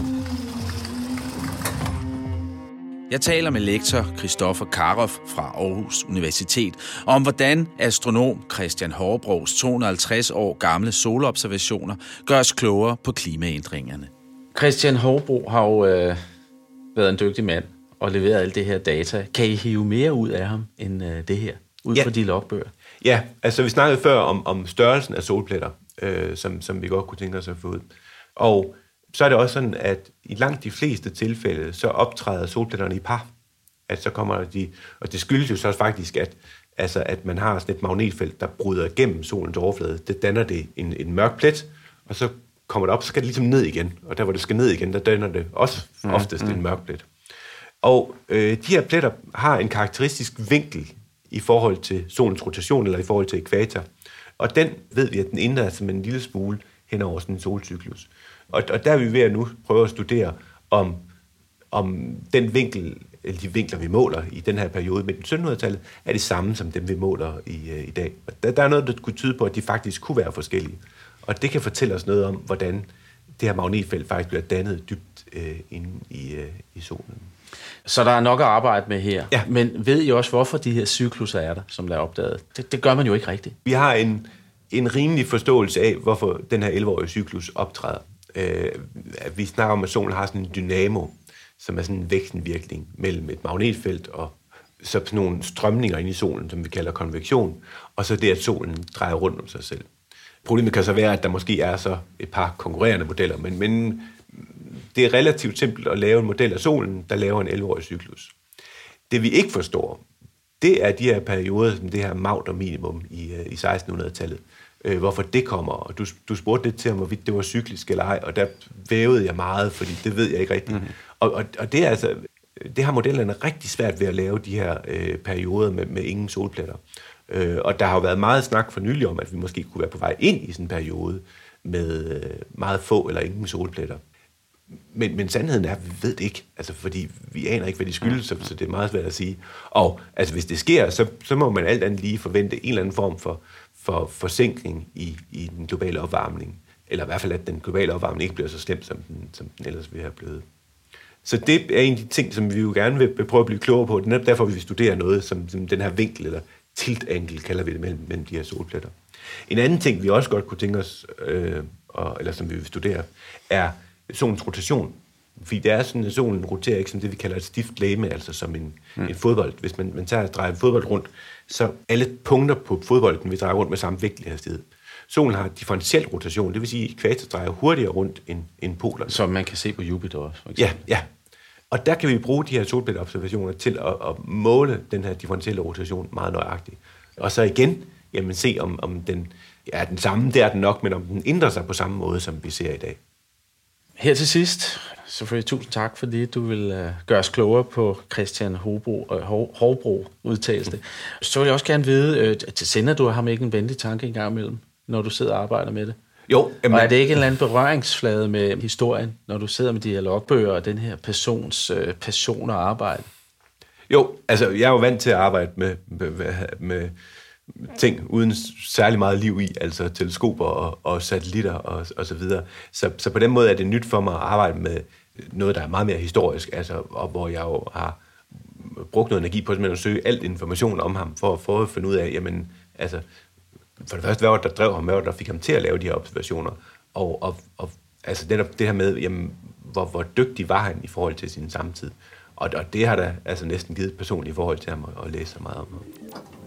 Jeg taler med lektor Christoffer Karoff fra Aarhus Universitet om, hvordan astronom Christian Harbros 250 år gamle solobservationer gør os klogere på klimaændringerne. Christian Harbro har jo været en dygtig mand og leveret alt det her data. Kan I hive mere ud af ham end det her, ud fra de logbøger? Ja, altså vi snakkede før om størrelsen af solpletter, som vi godt kunne tænke os at få ud. Og så er det også sådan, at i langt de fleste tilfælde, så optræder solpletterne i par. At så kommer de, og det skyldes jo så faktisk, at man har sådan et magnetfelt, der bryder igennem solens overflade. Det danner det en mørk plet, og så kommer det op, så skal det ligesom ned igen. Og der, hvor det skal ned igen, der danner det også oftest en mørk plet. Og de her pletter har en karakteristisk vinkel i forhold til solens rotation, eller i forhold til ækvator. Og den ved vi, at den ændrer sig med en lille smule hen over sådan en solcyklus. Og der er vi ved at nu prøve at studere, om den vinkel, eller de vinkler, vi måler i den her periode med 1700-tallet, er det samme som dem, vi måler i dag. Og der er noget, der kunne tyde på, at de faktisk kunne være forskellige. Og det kan fortælle os noget om, hvordan det her magnetfelt faktisk bliver dannet dybt inde i solen. Så der er nok at arbejde med her. Ja. Men ved I også, hvorfor de her cykluser er der, som der er opdaget? Det gør man jo ikke rigtigt. Vi har en rimelig forståelse af, hvorfor den her 11-årige cyklus optræder. Vi snakker om, at solen har sådan en dynamo, som er sådan en vekselvirkning mellem et magnetfelt og så sådan nogle strømninger ind i solen, som vi kalder konvektion, og så det, at solen drejer rundt om sig selv. Problemet kan så være, at der måske er så et par konkurrerende modeller, men det er relativt simpelt at lave en model af solen, der laver en 11-årig cyklus. Det vi ikke forstår, det er de her perioder, som det her Maunder minimum i 1600-tallet. Hvorfor det kommer, og du spurgte lidt til, om hvorvidt det var cyklisk eller ej, og der vævede jeg meget, fordi det ved jeg ikke rigtigt. Mm-hmm. Og det er altså, det har modellerne rigtig svært ved at lave de her perioder med ingen solpletter. Og der har jo været meget snak for nylig om, at vi måske kunne være på vej ind i sådan en periode med meget få eller ingen solpletter. Men sandheden er, at vi ved det ikke, altså, fordi vi aner ikke, hvad de skyldes, så det er meget svært at sige. Og altså, hvis det sker, så må man alt andet lige forvente en eller anden form for forsinkning i den globale opvarmning, eller i hvert fald, at den globale opvarmning ikke bliver så slem, som den ellers ville have blevet. Så det er en af de ting, som vi jo gerne vil prøve at blive klogere på. Det er derfor, vi vil studere noget, som den her vinkel, eller tilt-angle, kalder vi det, mellem de her solpletter. En anden ting, vi også godt kunne tænke os, eller som vi vil studere, er solens rotation. Fordi det er sådan, at solen roterer ikke som det, vi kalder et stift legeme, altså som en fodbold. Hvis man tager og drejer en fodbold rundt, så alle punkter på fodbolden vil dreje rundt med samme vægtlig hastighed. Solen har differentiel rotation, det vil sige, at ækvator drejer hurtigere rundt end polerne. Som man kan se på Jupiter også, for eksempel. Ja. Og der kan vi bruge de her solpletteobservationer til at måle den her differentielle rotation meget nøjagtigt. Og så igen, jamen se om den er den samme, det er den nok, men om den ændrer sig på samme måde, som vi ser i dag. Her til sidst, selvfølgelig tusind tak, fordi du vil gøre os klogere på Christian Harbro udtalelse. Så vil jeg også gerne vide, sender du ham ikke en venlig tanke en gang imellem, når du sidder og arbejder med det? Jo. Og er det ikke en eller anden berøringsflade med historien, når du sidder med de her logbøger og den her persons passion og arbejde? Jo, altså jeg er jo vant til at arbejde med ting uden særlig meget liv i, altså teleskoper og satellitter og så videre. Så på den måde er det nyt for mig at arbejde med noget, der er meget mere historisk, altså, og hvor jeg jo har brugt noget energi på at søge alt information om ham, for at finde ud af, jamen, altså, for det første, hvad var det, der drev ham, hvad var det, der fik ham til at lave de her observationer, og altså netop det her med, jamen, hvor dygtig var han i forhold til sin samtid. Og det har da altså næsten givet personligt i forhold til ham at læse så meget om ham.